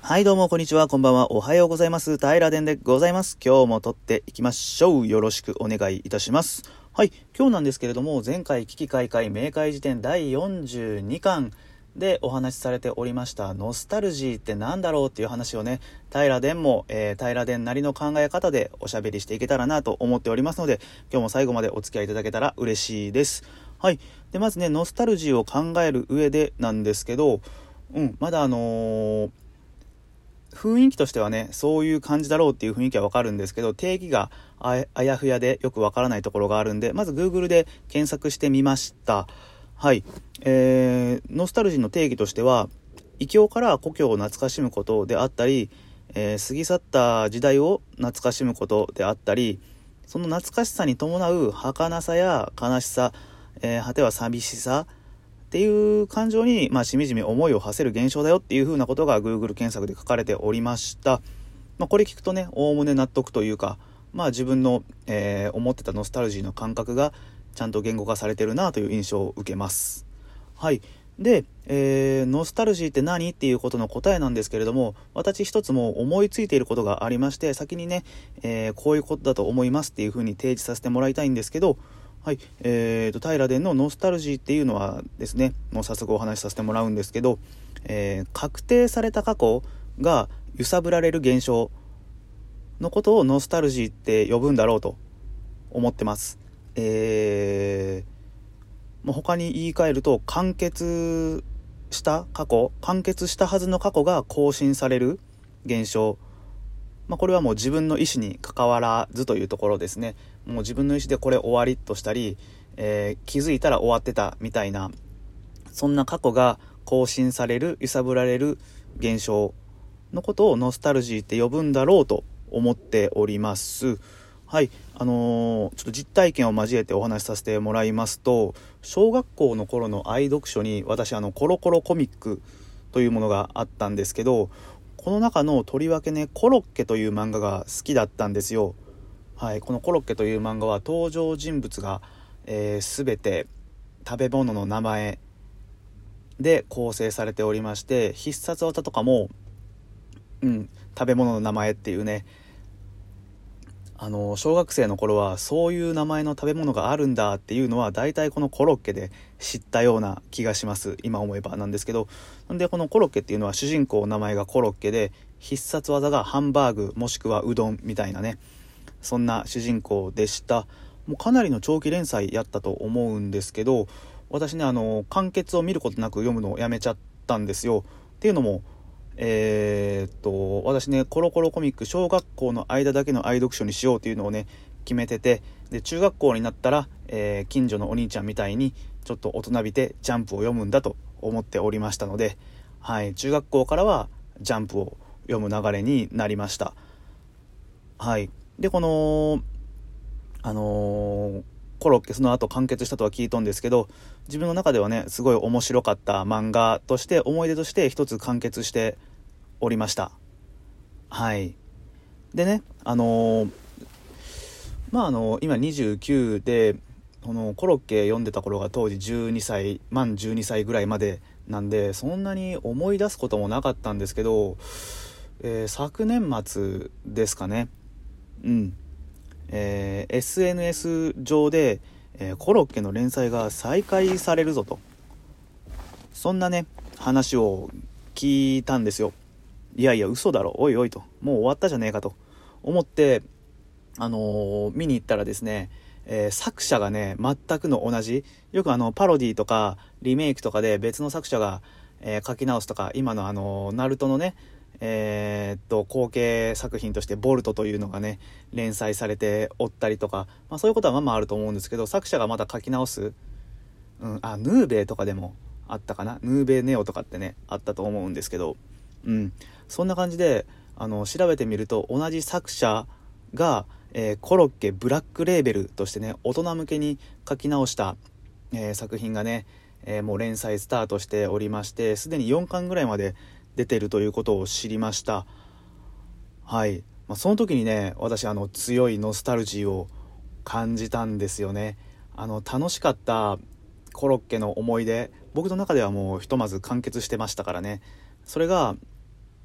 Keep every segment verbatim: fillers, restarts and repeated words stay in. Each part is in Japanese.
はいどうもこんにちは、こんばんは、おはようございます。平殿でございます。今日も撮っていきましょう。よろしくお願いいたします。はい、今日なんですけれども、前回危機開会明快辞典だいよんじゅうにかんでお話しされておりましたノスタルジーってなんだろうっていう話をね、平殿も、えー、平殿なりの考え方でおしゃべりしていけたらなと思っておりますので、今日も最後までお付き合いいただけたら嬉しいです。はい、でまずね、ノスタルジーを考える上でなんですけど、うんまだあのー雰囲気としてはね、そういう感じだろうっていう雰囲気はわかるんですけど、定義がああやふやでよくわからないところがあるんで、まず Google で検索してみました。はい、えー、ノスタルジーの定義としては、異郷から故郷を懐かしむことであったり、えー過ぎ去った時代を懐かしむことであったり、その懐かしさに伴う儚さや悲しさ、えー果ては寂しさっていう感情に、まあ、しみじみ思いを馳せる現象だよっていう風なことが Google 検索で書かれておりました。まあ、これ聞くとね、おおむね納得というか、まあ、自分の、えー思ってたノスタルジーの感覚がちゃんと言語化されてるなという印象を受けます。はい。で、えーノスタルジーって何っていうことの答えなんですけれども、私一つも思いついていることがありまして、先にね、えーこういうことだと思いますっていう風に提示させてもらいたいんですけど、はい、えーと平殿のノスタルジーっていうのはですね、もう早速お話しさせてもらうんですけど、えー確定された過去が揺さぶられる現象のことをノスタルジーって呼ぶんだろうと思ってます。えー、まあ、他に言い換えると、完結した過去完結したはずの過去が更新される現象、まあ、これはもう自分の意思に関わらずというところですね。もう自分の意思でこれ終わりとしたり、えー気づいたら終わってたみたいな、そんな過去が更新される、揺さぶられる現象のことをノスタルジーって呼ぶんだろうと思っております。はい、あのーちょっと実体験を交えてお話しさせてもらいますと、小学校の頃の愛読書に私あのコロコロコミックというものがあったんですけど、この中のとりわけね、コロッケという漫画が好きだったんですよ。はい、このコロッケという漫画は登場人物が、えー、全て食べ物の名前で構成されておりまして、必殺技とかも、うん、食べ物の名前っていうね、あの小学生の頃はそういう名前の食べ物があるんだっていうのは大体このコロッケで知ったような気がします。今思えばなんですけど、なんでこのコロッケっていうのは主人公の名前がコロッケで、必殺技がハンバーグもしくはうどんみたいなね、そんな主人公でした。もうかなりの長期連載やったと思うんですけど、私ね、あの完結を見ることなく読むのをやめちゃったんですよ。っていうのも、えー、っと私ね、コロコロコミック小学校の間だけの愛読書にしようというのをね決めてて、で中学校になったら、えー近所のお兄ちゃんみたいにちょっと大人びてジャンプを読むんだと思っておりましたので、はい、中学校からはジャンプを読む流れになりました。はい。でこのあのーコロッケその後完結したとは聞いたんですけど、自分の中ではねすごい面白かった漫画として、思い出として一つ完結しておりました。はい。でね、あのーまああの今にじゅうきゅうで、このコロッケ読んでた頃が当時じゅうにさい満じゅうにさいぐらいまでなんで、そんなに思い出すこともなかったんですけど、えー昨年末ですかね、うんえー エスエヌエス 上で、えーコロッケの連載が再開されるぞと、そんなね話を聞いたんですよ。いやいや嘘だろ、おいおいと、もう終わったじゃねえかと思って、あのー見に行ったらですね、えー作者がね全くの同じ、よくあのパロディとかリメイクとかで別の作者が、えー書き直すとか、今のあのナルトのねえーっと後継作品としてボルトというのがね連載されておったりとか、まあ、そういうことはまあまああると思うんですけど、作者がまた書き直す、うん、あヌーベイとかでもあったかな、ヌーベイネオとかってねあったと思うんですけど、うん、そんな感じであの調べてみると、同じ作者が、えーコロッケブラックレーベルとしてね大人向けに書き直した、えー作品がね、えーもう連載スタートしておりまして、すでによんかんぐらいまで出てるということを知りました。はい、まあ、その時にね私あの強いノスタルジーを感じたんですよね。あの楽しかったコロッケの思い出、僕の中ではもうひとまず完結してましたからね。それが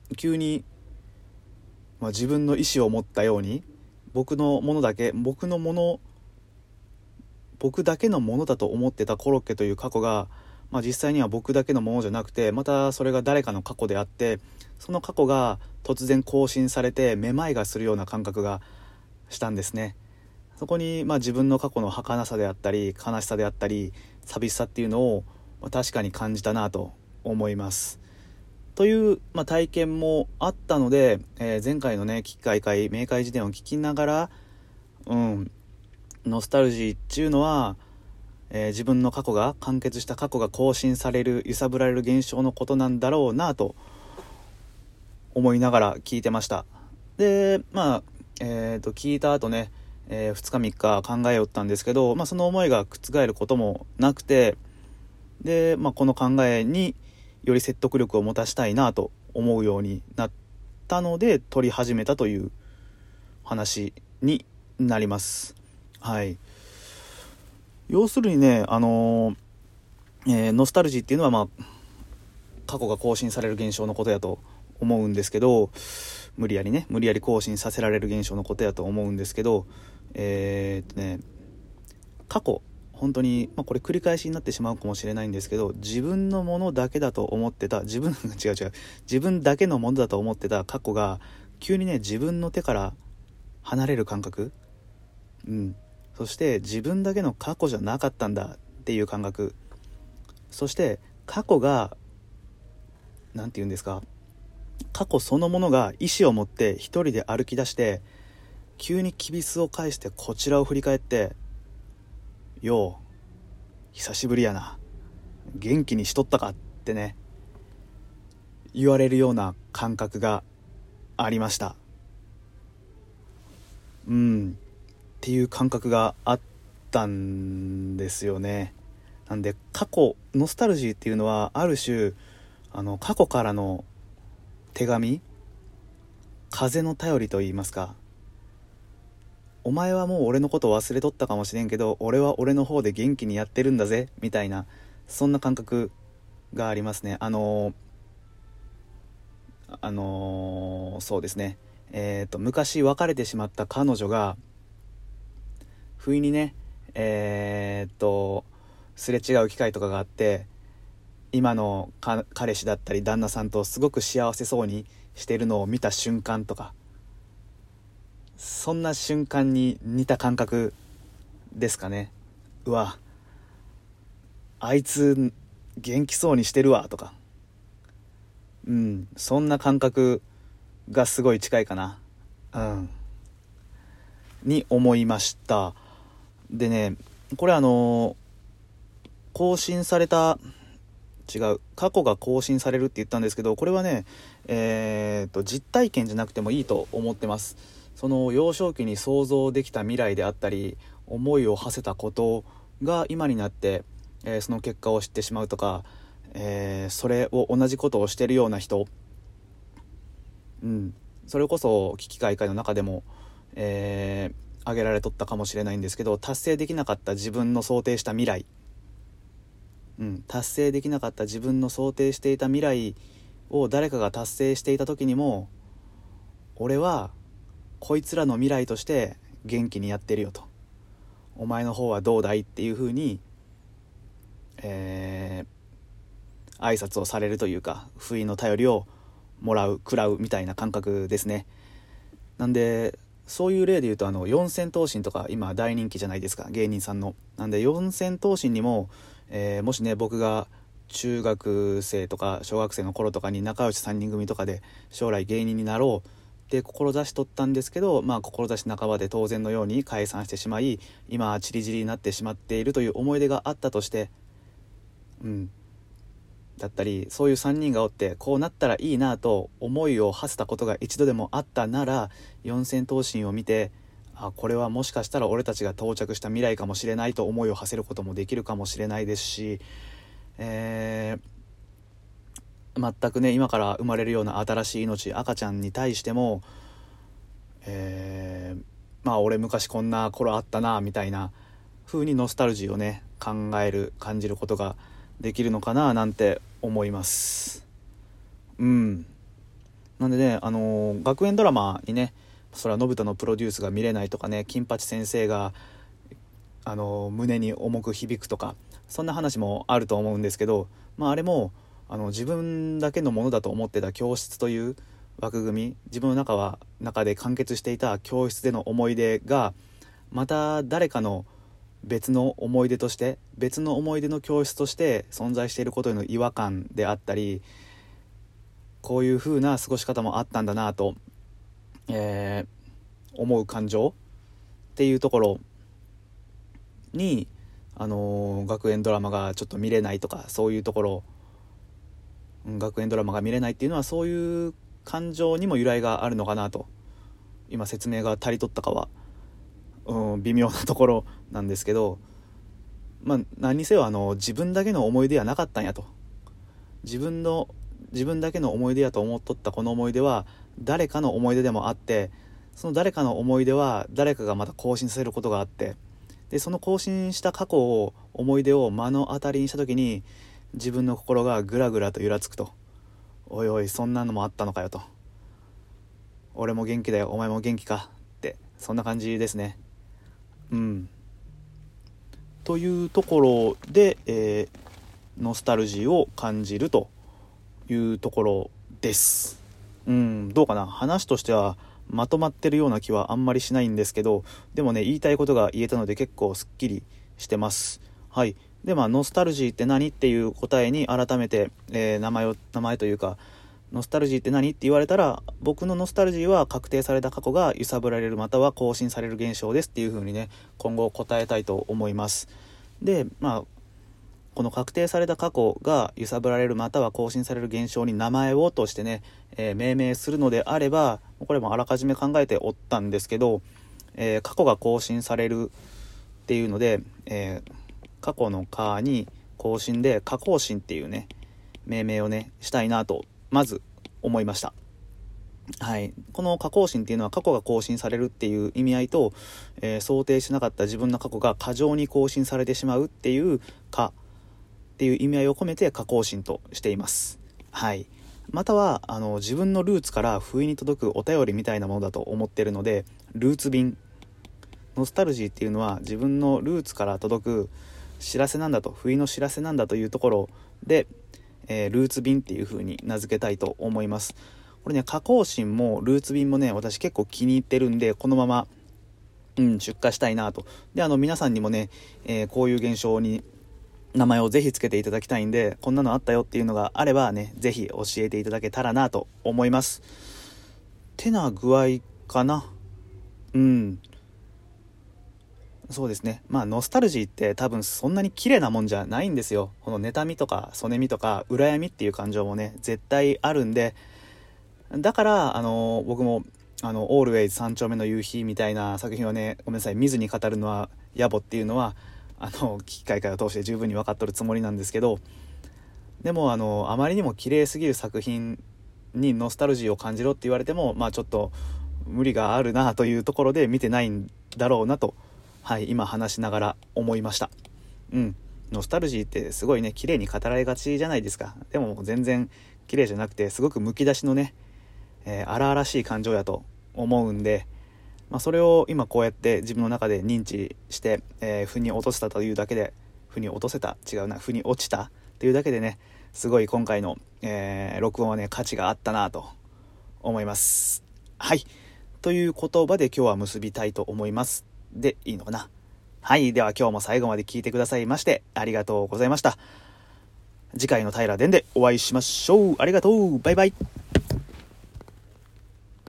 急に、まあ、自分の意思を持ったように僕のものだけ僕のもの僕だけのものだと思ってたコロッケという過去が、まあ、実際には僕だけのものじゃなくて、またそれが誰かの過去であって、その過去が突然更新されてめまいがするような感覚がしたんですね。そこに、まあ、自分の過去の儚さであったり悲しさであったり寂しさっていうのを、まあ、確かに感じたなと思います。という、まあ、体験もあったので、えー前回のね、危機開会明快辞典を聞きながら、うんノスタルジーっていうのは、えー自分の過去が完結した過去が更新される揺さぶられる現象のことなんだろうなと思いながら聞いてました。でまあえー、と聞いた後ね、えー、ふつかみっか考えよったんですけど、まあ、その思いが覆ることもなくて、で、まあ、この考えにより説得力を持たしたいなと思うようになったので撮り始めたという話になります。はい。要するにね、あのーえーノスタルジーっていうのは、まあ、過去が更新される現象のことやと思うんですけど、無理やりね無理やり更新させられる現象のことやと思うんですけど、えーっとね過去本当に、まあ、これ繰り返しになってしまうかもしれないんですけど、自分のものだけだと思ってた自分違う違う自分だけのものだと思ってた過去が急にね自分の手から離れる感覚、うんそして自分だけの過去じゃなかったんだっていう感覚、そして過去がなんて言うんですか過去そのものが意志を持って一人で歩き出して急にきびすを返してこちらを振り返って、よう久しぶりやな元気にしとったかってね言われるような感覚がありました。うんっていう感覚があったんですよね。なんで過去ノスタルジーっていうのはある種あの過去からの手紙、風の便りと言いますか、お前はもう俺のこと忘れとったかもしれんけど俺は俺の方で元気にやってるんだぜみたいな、そんな感覚がありますね。あのあのーそうですねえっと昔別れてしまった彼女が不意にねえーっとすれ違う機会とかがあって、今のか彼氏だったり旦那さんとすごく幸せそうにしているのを見た瞬間とか、そんな瞬間に似た感覚ですかね。うわあいつ元気そうにしてるわとか、うんそんな感覚がすごい近いかな、うんに思いました。でねこれあの更新された違う過去が更新されるって言ったんですけど、これはねえー、と実体験じゃなくてもいいと思ってます。その幼少期に想像できた未来であったり思いを馳せたことが今になって、えーその結果を知ってしまうとか、えーそれを同じことをしているような人、うん、それこそ危機開会の中でも、えー挙げられとったかもしれないんですけど、達成できなかった自分の想定した未来、うん、達成できなかった自分の想定していた未来を誰かが達成していた時にも、俺はこいつらの未来として元気にやってるよと、お前の方はどうだいっていう風に、えー、挨拶をされるというか不意の頼りをもらう食らうみたいな感覚ですね。なんでそういう例で言うとあの四千頭身とか今大人気じゃないですか、芸人さんの。なんで四千頭身にも、えーもしね僕が中学生とか小学生の頃とかに仲良しさんにん組とかで将来芸人になろうって志しとったんですけど、まあ志半ばで当然のように解散してしまい今はチリチリになってしまっているという思い出があったとして、うんだったりそういうさんにんがおってこうなったらいいなと思いを馳せたことが一度でもあったなら、四千頭身を見てあこれはもしかしたら俺たちが到着した未来かもしれないと思いを馳せることもできるかもしれないですし、えー全くね今から生まれるような新しい命赤ちゃんに対しても、えーまあ俺昔こんな頃あったなみたいな風にノスタルジーをね考える感じることができるのかななんて思います。うんななんでね、あのー、学園ドラマにね、それはのぶたのプロデュースが見れないとかね、金八先生が、あのー、胸に重く響くとか、そんな話もあると思うんですけど、まあ、あれもあの自分だけのものだと思ってた教室という枠組み、自分の中は中で完結していた教室での思い出がまた誰かの別の思い出として別の思い出の教室として存在していることへの違和感であったり、こういう風な過ごし方もあったんだなと、えー、思う感情っていうところに、あのー、学園ドラマがちょっと見れないとか、そういうところ、うん、学園ドラマが見れないっていうのはそういう感情にも由来があるのかなと、今説明が足りとったかは、うん、微妙なところなんですけど、まあ何にせよあの自分だけの思い出はなかったんやと、自分の自分だけの思い出やと思っとったこの思い出は誰かの思い出でもあって、その誰かの思い出は誰かがまた更新させることがあって、でその更新した過去を思い出を目の当たりにした時に自分の心がぐらぐらと揺らつくと、おいおいそんなのもあったのかよと、俺も元気だよお前も元気かって、そんな感じですね。うんというところで、えー、ノスタルジーを感じるというところです。うんどうかな、話としてはまとまってるような気はあんまりしないんですけど、でもね言いたいことが言えたので結構すっきりしてます。はい。でまあノスタルジーって何っていう答えに改めて、えー、名前を名前というかノスタルジーって何って言われたら、僕のノスタルジーは確定された過去が揺さぶられるまたは更新される現象ですっていう風にね今後答えたいと思います。でまあこの確定された過去が揺さぶられるまたは更新される現象に名前をとしてね、えー、命名するのであれば、これもあらかじめ考えておったんですけど、えー、過去が更新されるっていうので、えー、過去の過に更新で過更新っていうね命名をねしたいなとまず思いました。はい、この過更新っていうのは過去が更新されるっていう意味合いと、えー、想定しなかった自分の過去が過剰に更新されてしまうっていう過っていう意味合いを込めて過更新としています。はい。またはあの自分のルーツから不意に届くお便りみたいなものだと思っているので、ルーツ便、ノスタルジーっていうのは自分のルーツから届く知らせなんだと、不意の知らせなんだというところで、えー、ルーツ便っていう風に名付けたいと思います。これね過更新もルーツ便もね私結構気に入ってるんで、このまま、うん、出荷したいなと。であの皆さんにもね、えー、こういう現象に名前をぜひつけていただきたいんで、こんなのあったよっていうのがあればねぜひ教えていただけたらなと思います。てな具合かな。うんそうですね。まあノスタルジーって多分そんなに綺麗なもんじゃないんですよ。この妬みとかそねみとか羨みっていう感情もね絶対あるんで、だからあの僕もあのオールウェイズ三丁目の夕日みたいな作品をねごめんなさい見ずに語るのは野暮っていうのはあの機械会を通して十分に分かっとるつもりなんですけど、でもあのあまりにも綺麗すぎる作品にノスタルジーを感じろって言われてもまあちょっと無理があるなというところで見てないんだろうなと、はい今話しながら思いました。うんノスタルジーってすごいね綺麗に語られがちじゃないですか。でも全然綺麗じゃなくてすごくむき出しのね、えー、荒々しい感情やと思うんで、まあ、それを今こうやって自分の中で認知して、えー、腑に落とせたというだけで、腑に落とせた違うな腑に落ちたというだけでねすごい今回の、えー、録音はね価値があったなと思います。はいという言葉で今日は結びたいと思います。でいいのかな。はいでは今日も最後まで聞いてくださいましてありがとうございました。次回の平殿でお会いしましょう。ありがとう。バイバイ。